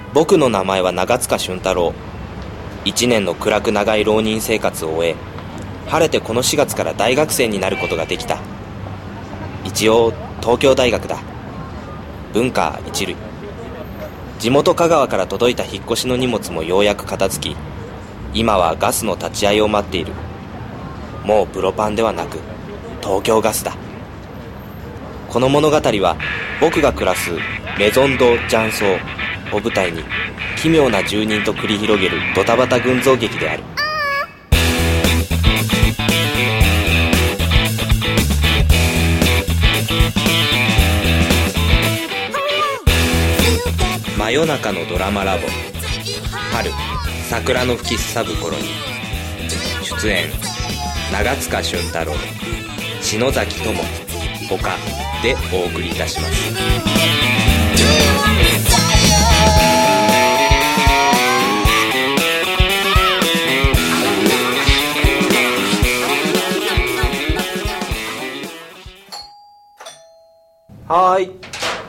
僕の名前は長塚俊太郎。1年の暗く長い浪人生活を終え、晴れてこの4月から大学生になることができた。一応東京大学だ。文科一類。地元香川から届いた引っ越しの荷物もようやく片付き、今はガスの立ち会いを待っている。もうプロパンではなく東京ガスだ。この物語は僕が暮らすメゾンド・ジャンソーを舞台に、奇妙な住人と繰り広げるドタバタ群像劇である。真夜中のドラマラボ、春桜の吹きすさぶ頃に。出演長塚俊太郎、篠崎智他でお送りいたします。はい。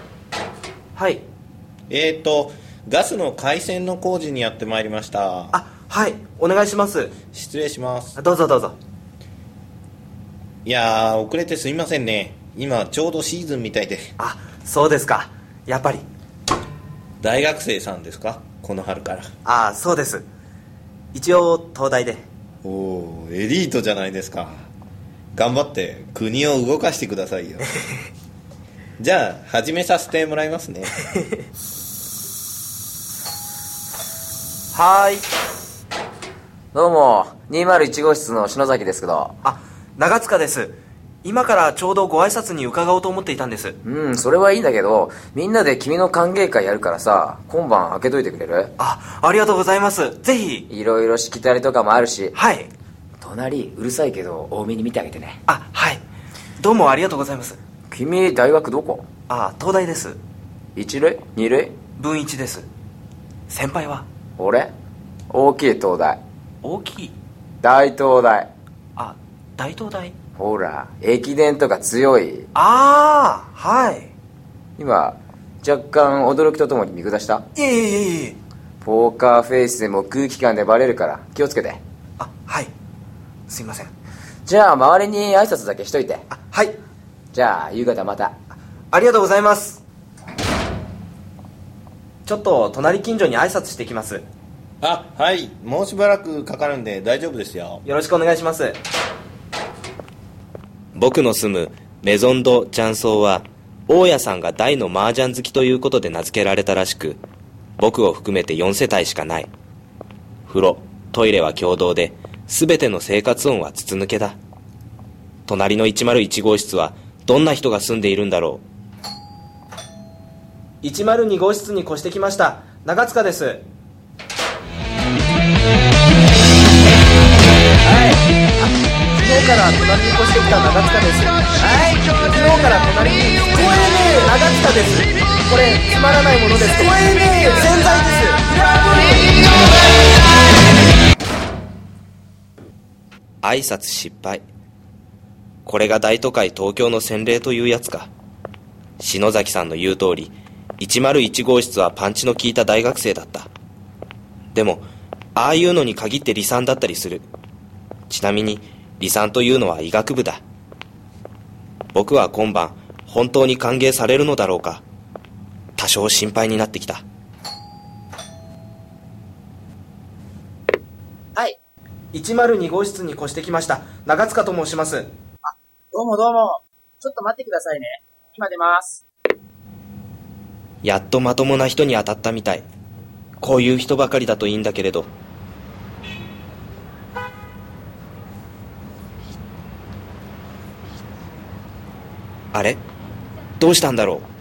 ガスの回線の工事にやってまいりました。 はい、お願いします。 失礼します。 どうぞどうぞ。 いやー、遅れてすいませんね。今ちょうどシーズンみたいで。 そうですか。やっぱり大学生さんですか、この春から。 そうです。一応東大で。 おー、エリートじゃないですか。頑張って国を動かしてくださいよ。じゃあ始めさせてもらいますね。 はーい。 どうも、201号室の篠崎ですけど。 長塚です。今からちょうどご挨拶に伺おうと思っていたんです。 それはいいんだけど、みんなで君の歓迎会やるからさ、今晩開けといてくれる？ ありがとうございます。ぜひ。 いろいろしきたりとかもあるし。 はい。 隣うるさいけど多めに見てあげてね。 はい。どうもありがとうございます。 君大学どこ？ 東大です。 一類？二類？ 文一です。先輩は？ 俺？大きい東大。 大きい？ 大東大。 大東大？ ほら、駅伝とか強い。 はい。 今若干驚きとともに見下した？ いえ。 ポーカーフェイスでも空気感でバレるから気をつけて。 はい。すいません。 じゃあ周りに挨拶だけしといて。 はい。 じゃあ夕方また。 ありがとうございます。ちょっと隣近所に挨拶してきます。 はい、もうしばらくかかるんで大丈夫ですよ。 よろしくお願いします。 僕の住むメゾンド・ジャンソーは、大家さんが大の麻雀好きということで名付けられたらしく、僕を含めて4世帯しかない。風呂、トイレは共同で、全ての生活音は筒抜けだ。隣の101号室はどんな人が住んでいるんだろう。102号室に越してきました。長塚です。昨日から隣に越してきた長塚です。昨日から隣に聞こえねえ長塚です。これつまらないものです。聞こえねえ潜在です。挨拶失敗。これが大都会東京の洗礼というやつか。篠崎さんの言う通り、101号室はパンチの効いた大学生だった。でもああいうのに限って離散だったりする。ちなみに離散というのは医学部だ。僕は今晩本当に歓迎されるのだろうか。多少心配になってきた。 はい。 102号室に越してきました長塚と申します。 どうもどうも。ちょっと待ってくださいね。今出ます。 やっとまともな人に当たったみたい。こういう人ばかりだといいんだけれど。あれ？どうしたんだろう。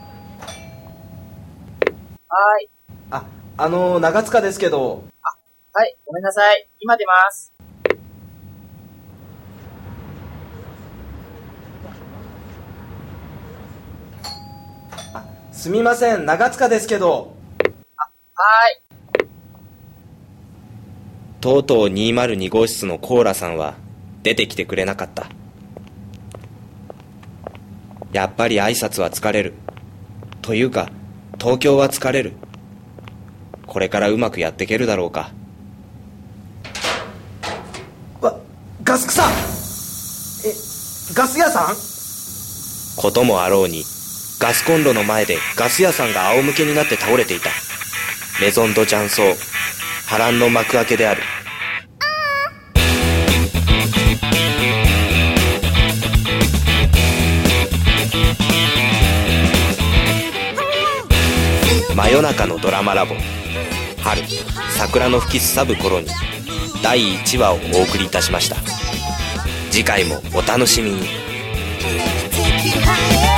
はい。 長塚ですけど。 はい、ごめんなさい。今出ます。 すみません、長塚ですけど。 はい。 とうとう202号室のコーラさんは出てきてくれなかった。やっぱり挨拶は疲れる。というか、東京は疲れる。 これからうまくやっていけるだろうか。 ガス草。ガス屋さん？ こともあろうに、ガスコンロの前でガス屋さんが仰向けになって倒れていた。メゾンドジャンソー、波乱の幕開けである。真夜中のドラマラボ、春、桜の吹きすさぶ頃に第1話をお送りいたしました。次回もお楽しみに。